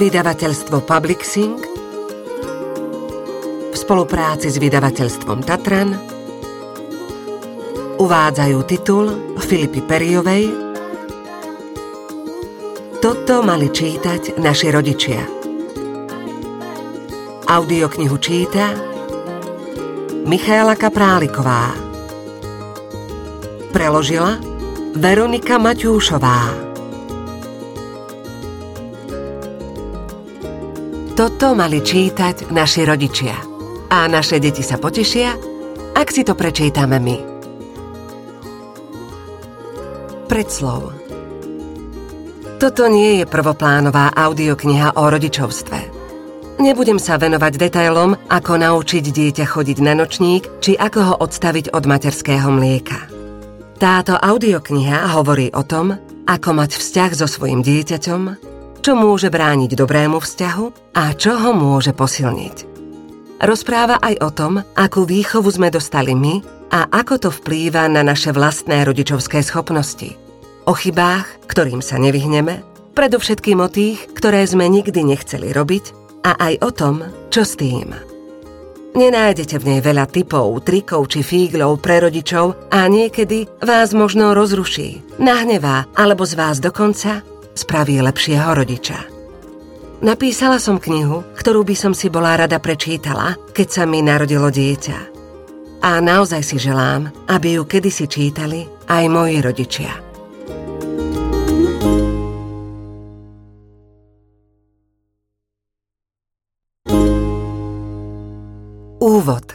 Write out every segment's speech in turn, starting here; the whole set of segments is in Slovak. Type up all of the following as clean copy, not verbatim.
Vydavateľstvo Publixing v spolupráci s vydavateľstvom Tatran uvádzajú titul Filipy Perryovej Toto mali čítať naši rodičia. Audioknihu číta Michaela Kapráliková. Preložila Veronika Maťúšová. Toto mali čítať naši rodičia. A naše deti sa potešia, ak si to prečítame my. Predslov. Toto nie je prvoplánová audiokniha o rodičovstve. Nebudem sa venovať detailom, ako naučiť dieťa chodiť na nočník, či ako ho odstaviť od materského mlieka. Táto audiokniha hovorí o tom, ako mať vzťah so svojím dieťaťom, čo môže brániť dobrému vzťahu a čo ho môže posilniť. Rozpráva aj o tom, akú výchovu sme dostali my a ako to vplýva na naše vlastné rodičovské schopnosti. O chybách, ktorým sa nevyhneme, predovšetkým o tých, ktoré sme nikdy nechceli robiť, a aj o tom, čo s tým. Nenájdete v nej veľa tipov, trikov či fíglov pre rodičov a niekedy vás možno rozruší, nahnevá alebo z vás dokonca spraví lepšieho rodiča. Napísala som knihu, ktorú by som si bola rada prečítala, keď sa mi narodilo dieťa. A naozaj si želám, aby ju kedysi čítali aj moji rodičia. Úvod.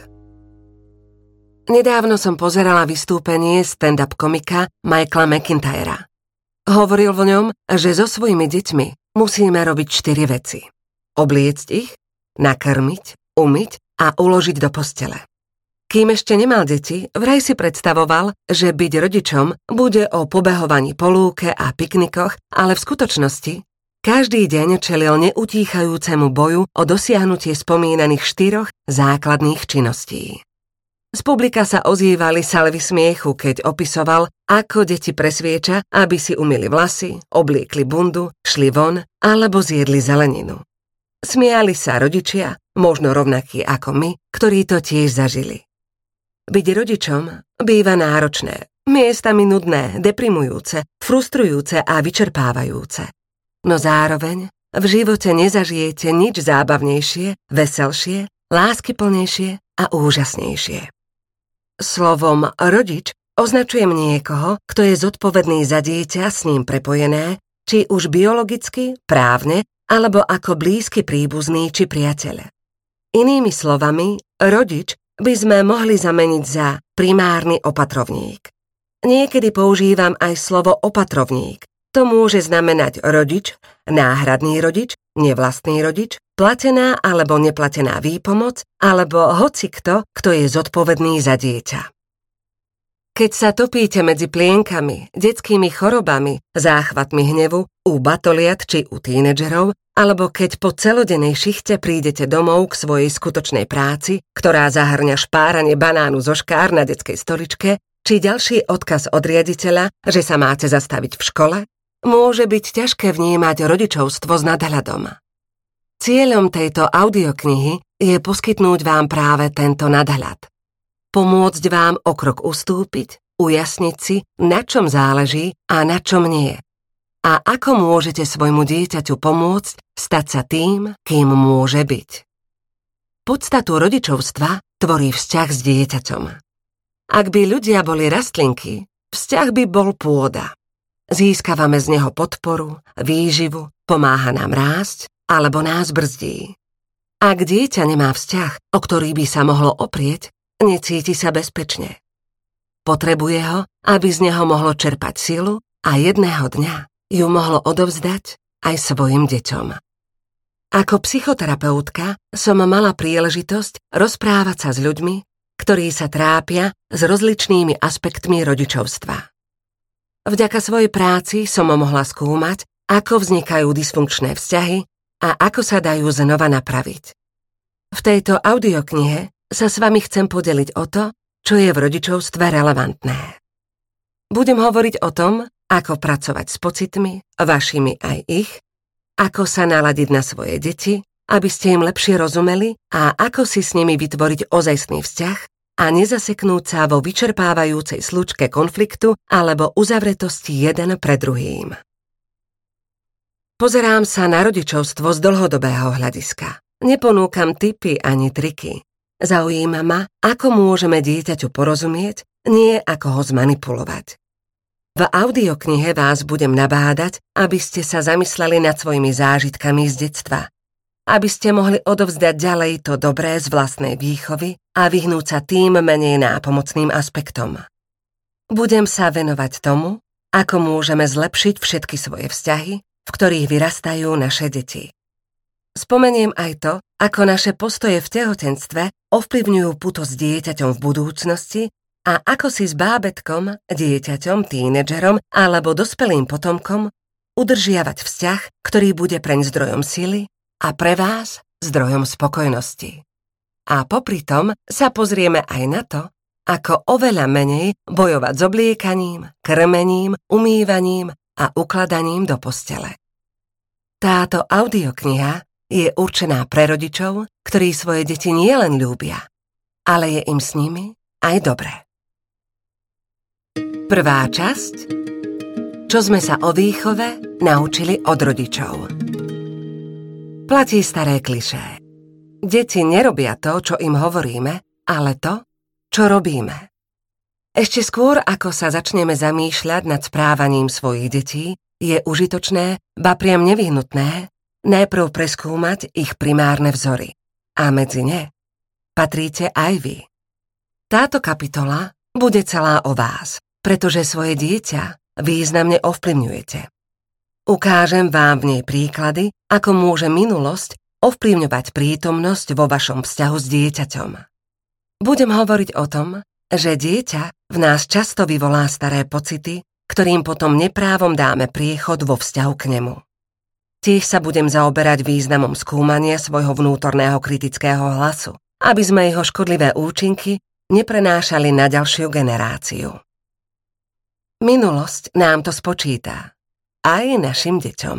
Nedávno som pozerala vystúpenie stand-up komika Michaela McIntyra. Hovoril v ňom, že so svojimi deťmi musíme robiť 4 veci. Obliecť ich, nakrmiť, umyť a uložiť do postele. Kým ešte nemal deti, vraj si predstavoval, že byť rodičom bude o pobehovaní po lúke a piknikoch, ale v skutočnosti každý deň čelil neutíchajúcemu boju o dosiahnutie spomínaných 4 základných činností. Z publika sa ozývali salvy smiechu, keď opisoval, ako deti presvieča, aby si umyli vlasy, obliekli bundu, šli von alebo zjedli zeleninu. Smiali sa rodičia, možno rovnakí ako my, ktorí to tiež zažili. Byť rodičom býva náročné, miestami nudné, deprimujúce, frustrujúce a vyčerpávajúce. No zároveň v živote nezažijete nič zábavnejšie, veselšie, láskyplnejšie a úžasnejšie. Slovom rodič označujem niekoho, kto je zodpovedný za dieťa s ním prepojené, či už biologicky, právne, alebo ako blízky príbuzný či priateľ. Inými slovami, rodič by sme mohli zameniť za primárny opatrovník. Niekedy používam aj slovo opatrovník. To môže znamenať rodič, náhradný rodič, nevlastný rodič, platená alebo neplatená výpomoc, alebo hocikto, kto je zodpovedný za dieťa. Keď sa topíte medzi plienkami, detskými chorobami, záchvatmi hnevu, u batoliat či u tínedžerov, alebo keď po celodennej šichte prídete domov k svojej skutočnej práci, ktorá zahŕňa špáranie banánu zo škár na detskej stoličke, či ďalší odkaz od riaditeľa, že sa máte zastaviť v škole, môže byť ťažké vnímať rodičovstvo s nadhľadom. Cieľom tejto audioknihy je poskytnúť vám práve tento nadhľad. Pomôcť vám o krok ustúpiť, ujasniť si, na čom záleží a na čom nie. A ako môžete svojmu dieťaťu pomôcť stať sa tým, kým môže byť. Podstatu rodičovstva tvorí vzťah s dieťaťom. Ak by ľudia boli rastlinky, vzťah by bol pôda. Získavame z neho podporu, výživu, pomáha nám rásť alebo nás brzdí. Ak dieťa nemá vzťah, o ktorý by sa mohlo oprieť, necíti sa bezpečne. Potrebuje ho, aby z neho mohlo čerpať silu a jedného dňa ju mohlo odovzdať aj svojim deťom. Ako psychoterapeutka som mala príležitosť rozprávať sa s ľuďmi, ktorí sa trápia s rozličnými aspektmi rodičovstva. Vďaka svojej práci som mohla skúmať, ako vznikajú dysfunkčné vzťahy a ako sa dajú znova napraviť. V tejto audioknihe sa s vami chcem podeliť o to, čo je v rodičovstve relevantné. Budem hovoriť o tom, ako pracovať s pocitmi, vašimi aj ich, ako sa naladiť na svoje deti, aby ste im lepšie rozumeli a ako si s nimi vytvoriť ozajstný vzťah a nezaseknúť sa vo vyčerpávajúcej slučke konfliktu alebo uzavretosti jeden pred druhým. Pozerám sa na rodičovstvo z dlhodobého hľadiska. Neponúkam tipy ani triky. Zaujíma ma, ako môžeme dieťaťu porozumieť, nie ako ho zmanipulovať. V audioknihe vás budem nabádať, aby ste sa zamysleli nad svojimi zážitkami z detstva, aby ste mohli odovzdať ďalej to dobré z vlastnej výchovy a vyhnúť sa tým menej nápomocným aspektom. Budem sa venovať tomu, ako môžeme zlepšiť všetky svoje vzťahy, v ktorých vyrastajú naše deti. Spomeniem aj to, ako naše postoje v tehotenstve ovplyvňujú puto s dieťaťom v budúcnosti a ako si s bábätkom, dieťaťom, tínedžerom alebo dospelým potomkom udržiavať vzťah, ktorý bude preň zdrojom sily a pre vás zdrojom spokojnosti. A popri tom sa pozrieme aj na to, ako oveľa menej bojovať s obliekaním, krmením, umývaním a ukladaním do postele. Táto audiokniha je určená pre rodičov, ktorí svoje deti nielen ľúbia, ale je im s nimi aj dobre. Prvá časť. Čo sme sa o výchove naučili od rodičov. Platí staré klišé. Deti nerobia to, čo im hovoríme, ale to, čo robíme. Ešte skôr, ako sa začneme zamýšľať nad správaním svojich detí, je užitočné, ba priam nevyhnutné, najprv preskúmať ich primárne vzory. A medzi ne patríte aj vy. Táto kapitola bude celá o vás, pretože svoje dieťa významne ovplyvňujete. Ukážem vám v nej príklady, ako môže minulosť ovplyvňovať prítomnosť vo vašom vzťahu s dieťaťom. Budem hovoriť o tom, že dieťa v nás často vyvolá staré pocity, ktorým potom neprávom dáme priechod vo vzťahu k nemu. Tiež sa budem zaoberať významom skúmania svojho vnútorného kritického hlasu, aby sme jeho škodlivé účinky neprenášali na ďalšiu generáciu. Minulosť nám to spočíta, aj našim deťom.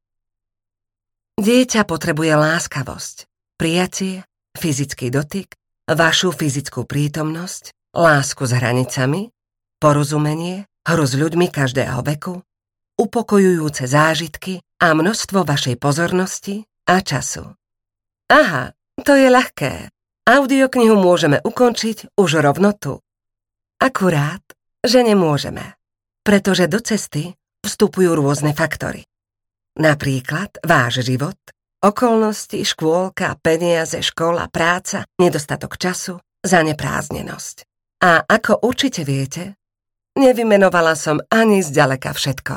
Dieťa potrebuje láskavosť, prijatie, fyzický dotyk, vašu fyzickú prítomnosť, lásku s hranicami, porozumenie, hru s ľuďmi každého veku, upokojujúce zážitky a množstvo vašej pozornosti a času. Aha, to je ľahké. Audioknihu môžeme ukončiť už rovno tu. Akurát, že nemôžeme, pretože do cesty vstupujú rôzne faktory. Napríklad váš život, okolnosti, škôlka, peniaze, škola, práca, nedostatok času, zaneprázdnenosť. A ako určite viete, nevymenovala som ani zďaleka všetko.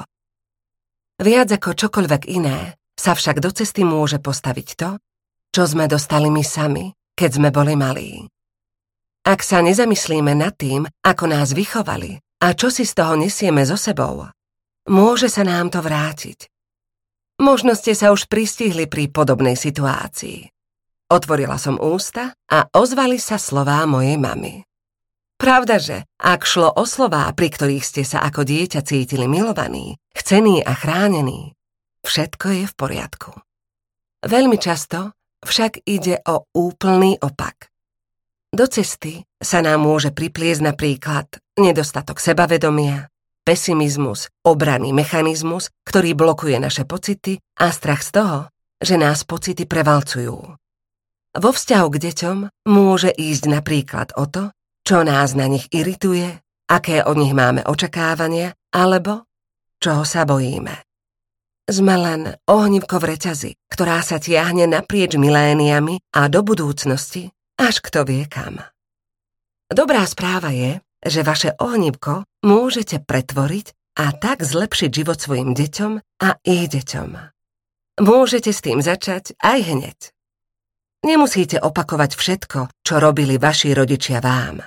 Viac ako čokoľvek iné sa však do cesty môže postaviť to, čo sme dostali my sami, keď sme boli malí. Ak sa nezamyslíme nad tým, ako nás vychovali a čo si z toho nesieme so sebou, môže sa nám to vrátiť. Možno ste sa už pristihli pri podobnej situácii. Otvorila som ústa a ozvali sa slová mojej mamy. Pravdaže, ak šlo o slová, pri ktorých ste sa ako dieťa cítili milovaní, chcení a chránení, všetko je v poriadku. Veľmi často však ide o úplný opak. Do cesty sa nám môže pripliesť napríklad nedostatok sebavedomia, pesimizmus, obranný mechanizmus, ktorý blokuje naše pocity a strach z toho, že nás pocity prevalcujú. Vo vzťahu k deťom môže ísť napríklad o to, čo nás na nich irituje, aké od nich máme očakávania, alebo čoho sa bojíme. Sme len ohnívko v reťazi, ktorá sa tiahne naprieč miléniami a do budúcnosti, až kto vie kam. Dobrá správa je, že vaše ohnívko môžete pretvoriť a tak zlepšiť život svojim deťom a ich deťom. Môžete s tým začať aj hneď. Nemusíte opakovať všetko, čo robili vaši rodičia vám.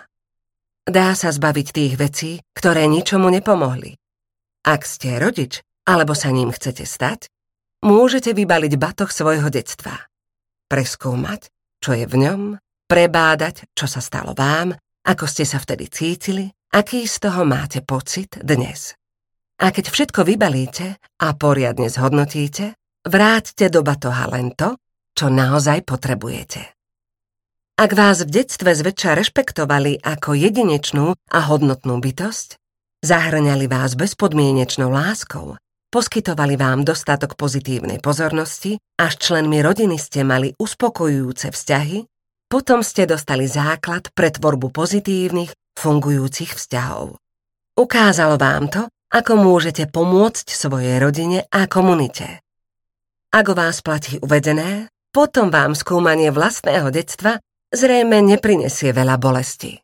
Dá sa zbaviť tých vecí, ktoré ničomu nepomohli. Ak ste rodič, alebo sa ním chcete stať, môžete vybaliť batoh svojho detstva. Preskúmať, čo je v ňom, prebádať, čo sa stalo vám, ako ste sa vtedy cítili, aký z toho máte pocit dnes. A keď všetko vybalíte a poriadne zhodnotíte, vráťte do batoha len to, čo naozaj potrebujete. Ak vás v detstve zväčša rešpektovali ako jedinečnú a hodnotnú bytosť, zahŕňali vás bezpodmienečnou láskou, poskytovali vám dostatok pozitívnej pozornosti a s členmi rodiny ste mali uspokojujúce vzťahy, potom ste dostali základ pre tvorbu pozitívnych, fungujúcich vzťahov. Ukázalo vám to, ako môžete pomôcť svojej rodine a komunite. Ak o vás platí uvedené, potom vám skúmanie vlastného detstva zrejme neprinesie veľa bolesti.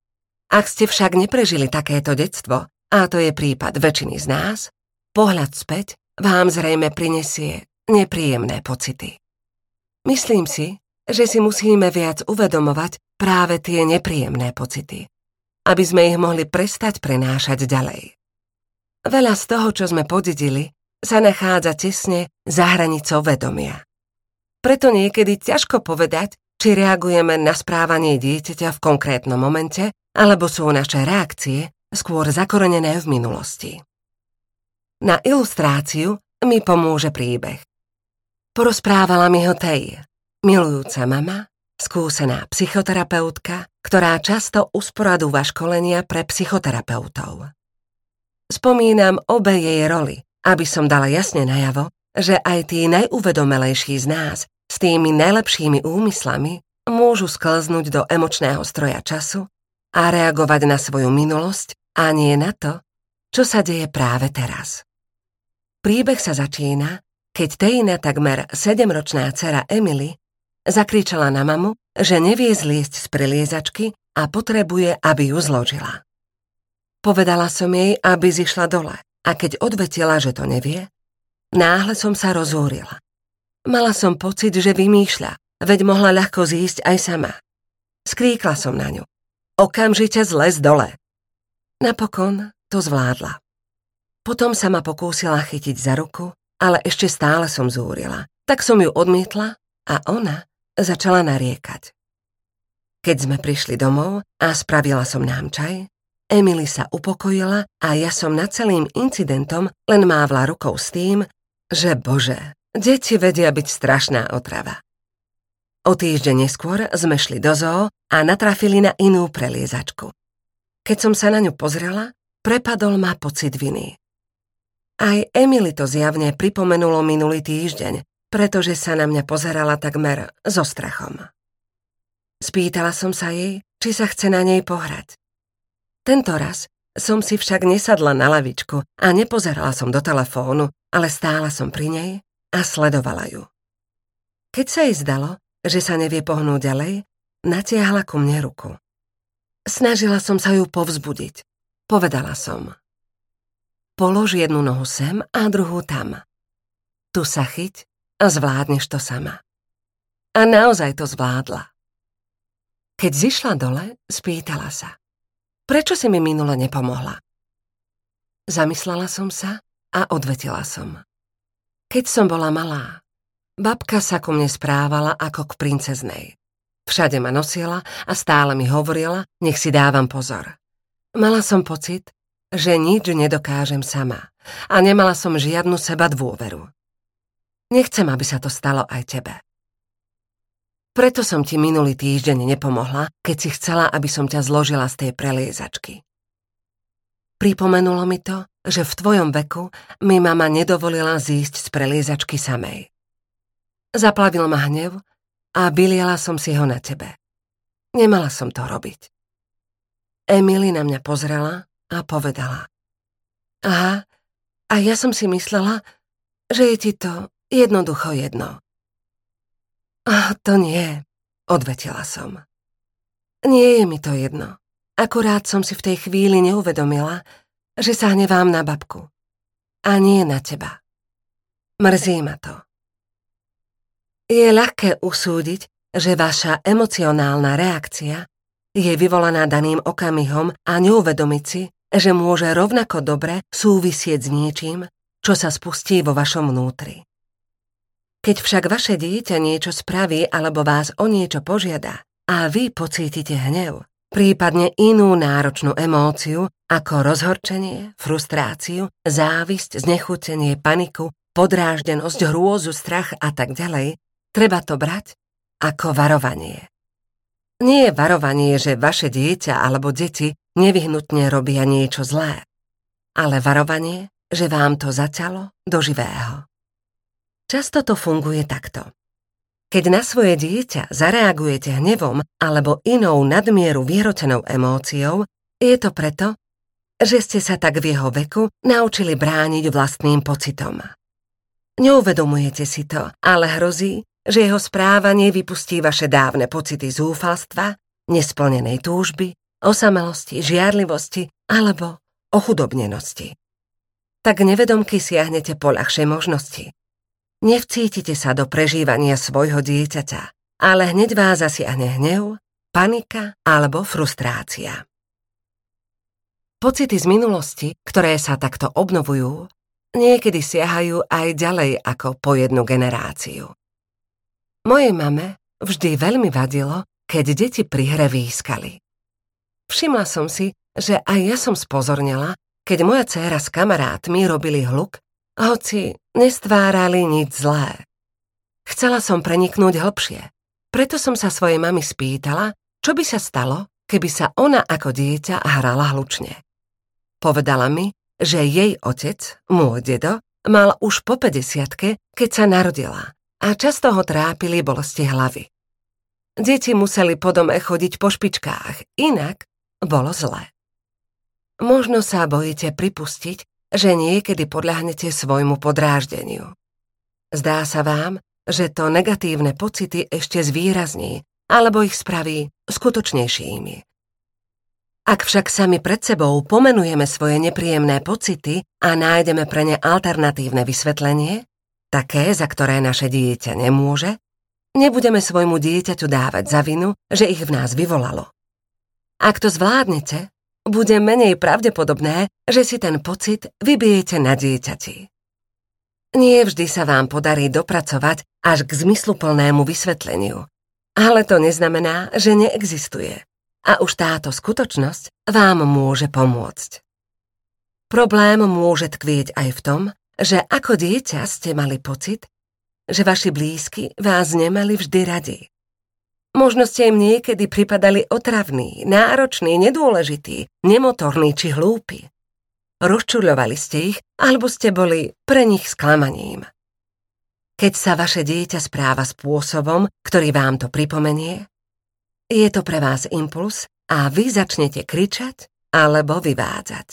Ak ste však neprežili takéto detstvo, a to je prípad väčšiny z nás, pohľad späť vám zrejme prinesie nepríjemné pocity. Myslím si, že si musíme viac uvedomovať práve tie nepríjemné pocity, aby sme ich mohli prestať prenášať ďalej. Veľa z toho, čo sme podedili, sa nachádza tesne za hranicou vedomia. Preto niekedy ťažko povedať, či reagujeme na správanie dieťaťa v konkrétnom momente, alebo sú naše reakcie skôr zakorenené v minulosti. Na ilustráciu mi pomôže príbeh. Porozprávala mi ho Tej, milujúca mama, skúsená psychoterapeutka, ktorá často usporadúva školenia pre psychoterapeutov. Spomínam obe jej roli, aby som dala jasne najavo, že aj tí najuvedomelejší z nás s tými najlepšími úmyslami môžu sklznúť do emočného stroja času a reagovať na svoju minulosť a nie na to, čo sa deje práve teraz. Príbeh sa začína, keď Tejina takmer 7-ročná dcera Emily zakričala na mamu, že nevie zliesť z preliezačky a potrebuje, aby ju zložila. Povedala som jej, aby zišla dole a keď odvetila, že to nevie, náhle som sa rozúrila. Mala som pocit, že vymýšľa, veď mohla ľahko zísť aj sama. Skríkla som na ňu. Okamžite zles dole. Napokon to zvládla. Potom sa ma pokúsila chytiť za ruku, ale ešte stále som zúrila. Tak som ju odmietla a ona začala nariekať. Keď sme prišli domov a spravila som nám čaj, Emily sa upokojila a ja som nad celým incidentom len mávla rukou s tým, že bože, deti vedia byť strašná otrava. O týždeň neskôr sme šli do zoo a natrafili na inú preliezačku. Keď som sa na ňu pozrela, prepadol ma pocit viny. Aj Emily to zjavne pripomenulo minulý týždeň, pretože sa na mňa pozerala takmer so strachom. Spýtala som sa jej, či sa chce na nej pohrať. Tento raz som si však nesadla na lavičku a nepozerala som do telefónu, ale stála som pri nej a sledovala ju. Keď sa jej zdalo, že sa nevie pohnúť ďalej, natiahla ku mne ruku. Snažila som sa ju povzbudiť. Povedala som: polož jednu nohu sem a druhú tam. Tu sa chyť a zvládneš to sama. A naozaj to zvládla. Keď zišla dole, spýtala sa: prečo si mi minule nepomohla? Zamyslela som sa a odvetila som: keď som bola malá, babka sa ku mne správala ako k princeznej. Všade ma nosila a stále mi hovorila, nech si dávam pozor. Mala som pocit, že nič nedokážem sama a nemala som žiadnu sebadôveru. Nechcem, aby sa to stalo aj tebe. Preto som ti minulý týždeň nepomohla, keď si chcela, aby som ťa zložila z tej preliezačky. Pripomenulo mi to, že v tvojom veku mi mama nedovolila zísť z preliezačky samej. Zaplavil ma hnev a vyliala som si ho na tebe. Nemala som to robiť. Emily na mňa pozrela a povedala: aha, a ja som si myslela, že je ti to jednoducho jedno. To nie, odvetila som. Nie je mi to jedno. Akurát som si v tej chvíli neuvedomila, že sa hnevám na babku. A nie na teba. Mrzí ma to. Je ľahké usúdiť, že vaša emocionálna reakcia je vyvolaná daným okamihom a neuvedomiť si, že môže rovnako dobre súvisieť s niečím, čo sa spustí vo vašom vnútri. Keď však vaše dieťa niečo spraví alebo vás o niečo požiada a vy pocítite hnev, prípadne inú náročnú emóciu ako rozhorčenie, frustráciu, závisť, znechutenie, paniku podráždenosť, hrôzu, strach a tak ďalej, treba to brať ako varovanie. Nie je varovanie, že vaše dieťa alebo deti nevyhnutne robia niečo zlé, ale varovanie, že vám to zaťalo do živého. Často to funguje takto. Keď na svoje dieťa zareagujete hnevom alebo inou nadmieru vyhrotenou emóciou, je to preto, že ste sa tak v jeho veku naučili brániť vlastným pocitom. Neuvedomujete si to, ale hrozí, že jeho správanie vypustí vaše dávne pocity zúfalstva, nesplnenej túžby, osamelosti, žiarlivosti alebo ochudobnenosti. Tak nevedomky siahnete po ľahšej možnosti. Nevcítite sa do prežívania svojho dieťaťa, ale hneď vás zasiahne hnev, panika alebo frustrácia. Pocity z minulosti, ktoré sa takto obnovujú, niekedy siahajú aj ďalej ako po jednu generáciu. Mojej mame vždy veľmi vadilo, keď deti pri hre výskali. Všimla som si, že aj ja som spozornila, keď moja dcéra s kamarátmi robili hluk, hoci nestvárali nič zlé. Chcela som preniknúť hlbšie, preto som sa svojej mami spýtala, čo by sa stalo, keby sa ona ako dieťa hrala hlučne. Povedala mi, že jej otec, môj dedo, mal už po 50-ke, keď sa narodila a často ho trápili bolesti hlavy. Deti museli po dome chodiť po špičkách, inak bolo zle. Možno sa bojíte pripustiť, že niekedy podľahnete svojmu podráždeniu. Zdá sa vám, že to negatívne pocity ešte zvýrazní alebo ich spraví skutočnejšími. Ak však sami pred sebou pomenujeme svoje nepríjemné pocity a nájdeme pre ne alternatívne vysvetlenie, také, za ktoré naše dieťa nemôže, nebudeme svojmu dieťaťu dávať za vinu, že ich v nás vyvolalo. Ak to zvládnete, bude menej pravdepodobné, že si ten pocit vybijete na dieťati. Nie vždy sa vám podarí dopracovať až k zmysluplnému vysvetleniu, ale to neznamená, že neexistuje. A už táto skutočnosť vám môže pomôcť. Problém môže tkvieť aj v tom, že ako dieťa ste mali pocit, že vaši blízky vás nemali vždy radi. Možno ste im niekedy pripadali otravní, nároční, nedôležití, nemotorní či hlúpi. Rozčuľovali ste ich, alebo ste boli pre nich sklamaním. Keď sa vaše dieťa správa spôsobom, ktorý vám to pripomenie, je to pre vás impuls a vy začnete kričať alebo vyvádzať.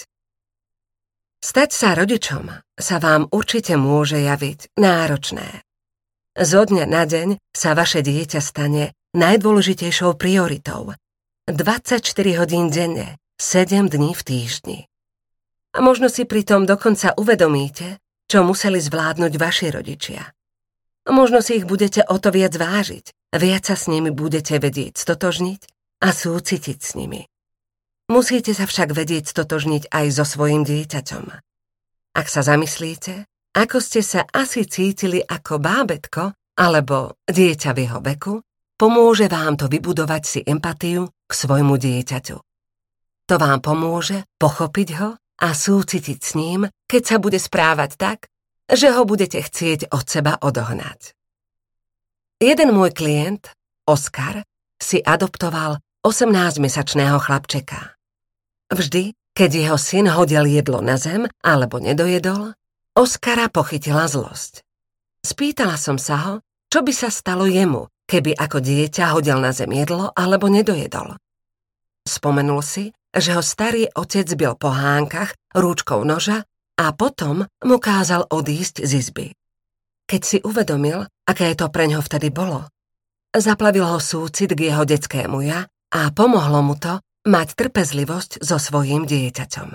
Stať sa rodičom sa vám určite môže javiť náročné. Zo dňa na deň sa vaše dieťa stane najdôležitejšou prioritou. 24 hodín denne, 7 dní v týždni. A možno si pritom dokonca uvedomíte, čo museli zvládnuť vaši rodičia. Možno si ich budete o to viac vážiť, viac sa s nimi budete vedieť stotožniť a súcitiť s nimi. Musíte sa však vedieť stotožniť aj so svojím dieťaťom. Ak sa zamyslíte, ako ste sa asi cítili ako bábätko alebo dieťa v jeho veku, pomôže vám to vybudovať si empatiu k svojmu dieťaťu. To vám pomôže pochopiť ho a súcitiť s ním, keď sa bude správať tak, že ho budete chcieť od seba odohnať. Jeden môj klient, Oskar, si adoptoval 18-mesačného chlapčeka. Vždy, keď jeho syn hodil jedlo na zem alebo nedojedol, Oskara pochytila zlosť. Spýtala som sa ho, čo by sa stalo jemu, keby ako dieťa hodil na zem jedlo alebo nedojedol. Spomenul si, že ho starý otec bil po hánkach rúčkou noža a potom mu kázal odísť z izby. Keď si uvedomil, aké to preňho vtedy bolo, zaplavil ho súcit k jeho detskému ja a pomohlo mu to mať trpezlivosť so svojím dieťaťom.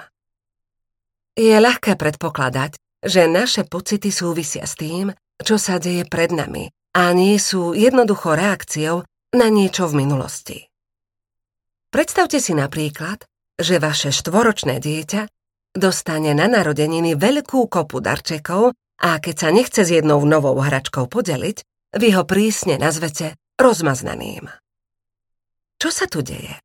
Je ľahké predpokladať, že naše pocity súvisia s tým, čo sa deje pred nami a nie sú jednoducho reakciou na niečo v minulosti. Predstavte si napríklad, že vaše 4-ročné dieťa dostane na narodeniny veľkú kopu darčekov a keď sa nechce s jednou novou hračkou podeliť, vy ho prísne nazvete rozmaznaným. Čo sa tu deje?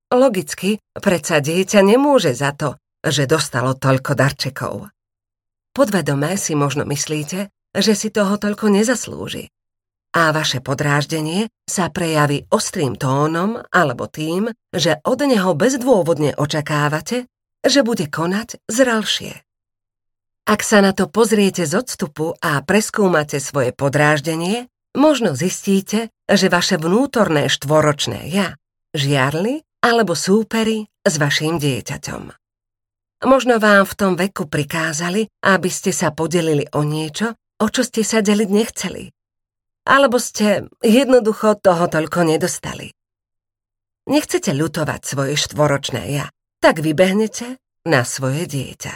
Logicky, predsa dieťa nemôže za to, že dostalo toľko darčekov. Podvedome si možno myslíte, že si toho toľko nezaslúži. A vaše podráždenie sa prejaví ostrým tónom alebo tým, že od neho bezdôvodne očakávate, že bude konať zrelšie. Ak sa na to pozriete z odstupu a preskúmate svoje podráždenie, možno zistíte, že vaše vnútorné štvoročné ja žiarli alebo súperi s vaším dieťaťom. Možno vám v tom veku prikázali, aby ste sa podelili o niečo, o čo ste sa deliť nechceli. Alebo ste jednoducho toho toľko nedostali. Nechcete ľutovať svoje štvoročné ja, tak vybehnete na svoje dieťa.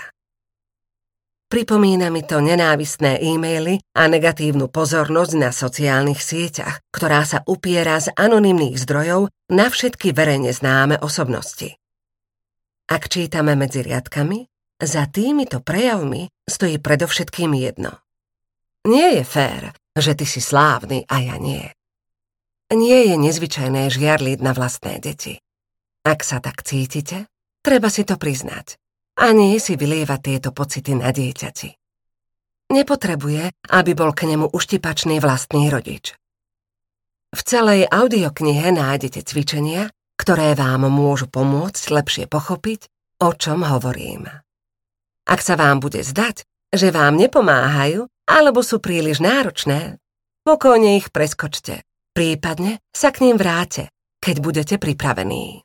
Pripomína mi to nenávistné e-maily a negatívnu pozornosť na sociálnych sieťach, ktorá sa upiera z anonymných zdrojov na všetky verejne známe osobnosti. Ak čítame medzi riadkami, za týmito prejavmi stojí predovšetkým jedno. Nie je fér, že ty si slávny a ja nie. Nie je nezvyčajné žiarliť na vlastné deti. Ak sa tak cítite, treba si to priznať. A nie si vylievať tieto pocity na dieťati. Nepotrebuje, aby bol k nemu uštipačný vlastný rodič. V celej audioknihe nájdete cvičenia, ktoré vám môžu pomôcť lepšie pochopiť, o čom hovorím. Ak sa vám bude zdať, že vám nepomáhajú alebo sú príliš náročné, pokojne ich preskočte, prípadne sa k ním vráte, keď budete pripravení.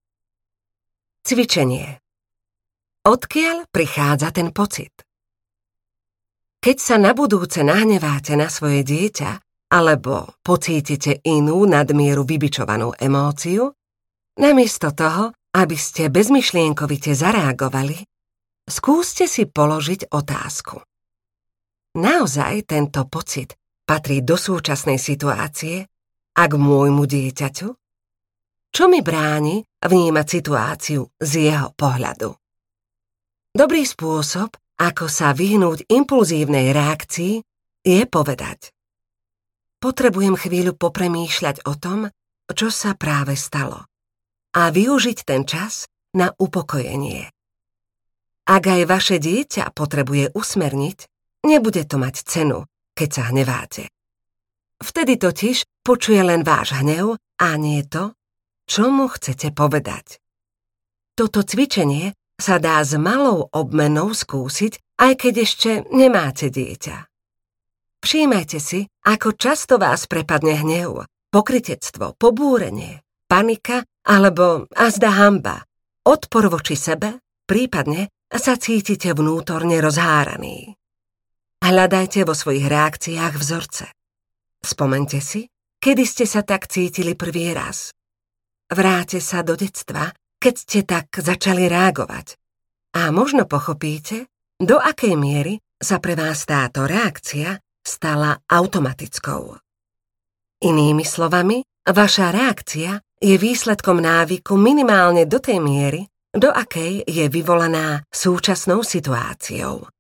Cvičenie. Odkiaľ prichádza ten pocit? Keď sa na budúce nahneváte na svoje dieťa alebo pocítite inú nadmieru vybičovanú emóciu, namiesto toho, aby ste bezmyšlienkovite zareagovali, skúste si položiť otázku. Naozaj tento pocit patrí do súčasnej situácie a k môjmu dieťaťu? Čo mi bráni vnímať situáciu z jeho pohľadu? Dobrý spôsob, ako sa vyhnúť impulzívnej reakcii, je povedať: potrebujem chvíľu popremýšľať o tom, čo sa práve stalo, a využiť ten čas na upokojenie. Ak aj vaše dieťa potrebuje usmerniť, nebude to mať cenu, keď sa hneváte. Vtedy totiž počuje len váš hnev a nie to, čo mu chcete povedať. Toto cvičenie sa dá s malou obmenou skúsiť, aj keď ešte nemáte dieťa. Všímajte si, ako často vás prepadne hnev, pokrytectvo, pobúrenie, panika alebo azda hanba, odpor voči sebe, prípadne sa cítite vnútorne rozháraní. Hľadajte vo svojich reakciách vzorce. Spomeňte si, kedy ste sa tak cítili prvý raz. Vráťte sa do detstva, keď ste tak začali reagovať. A možno pochopíte, do akej miery sa pre vás táto reakcia stala automatickou. Inými slovami, vaša reakcia je výsledkom návyku minimálne do tej miery, do akej je vyvolaná súčasnou situáciou.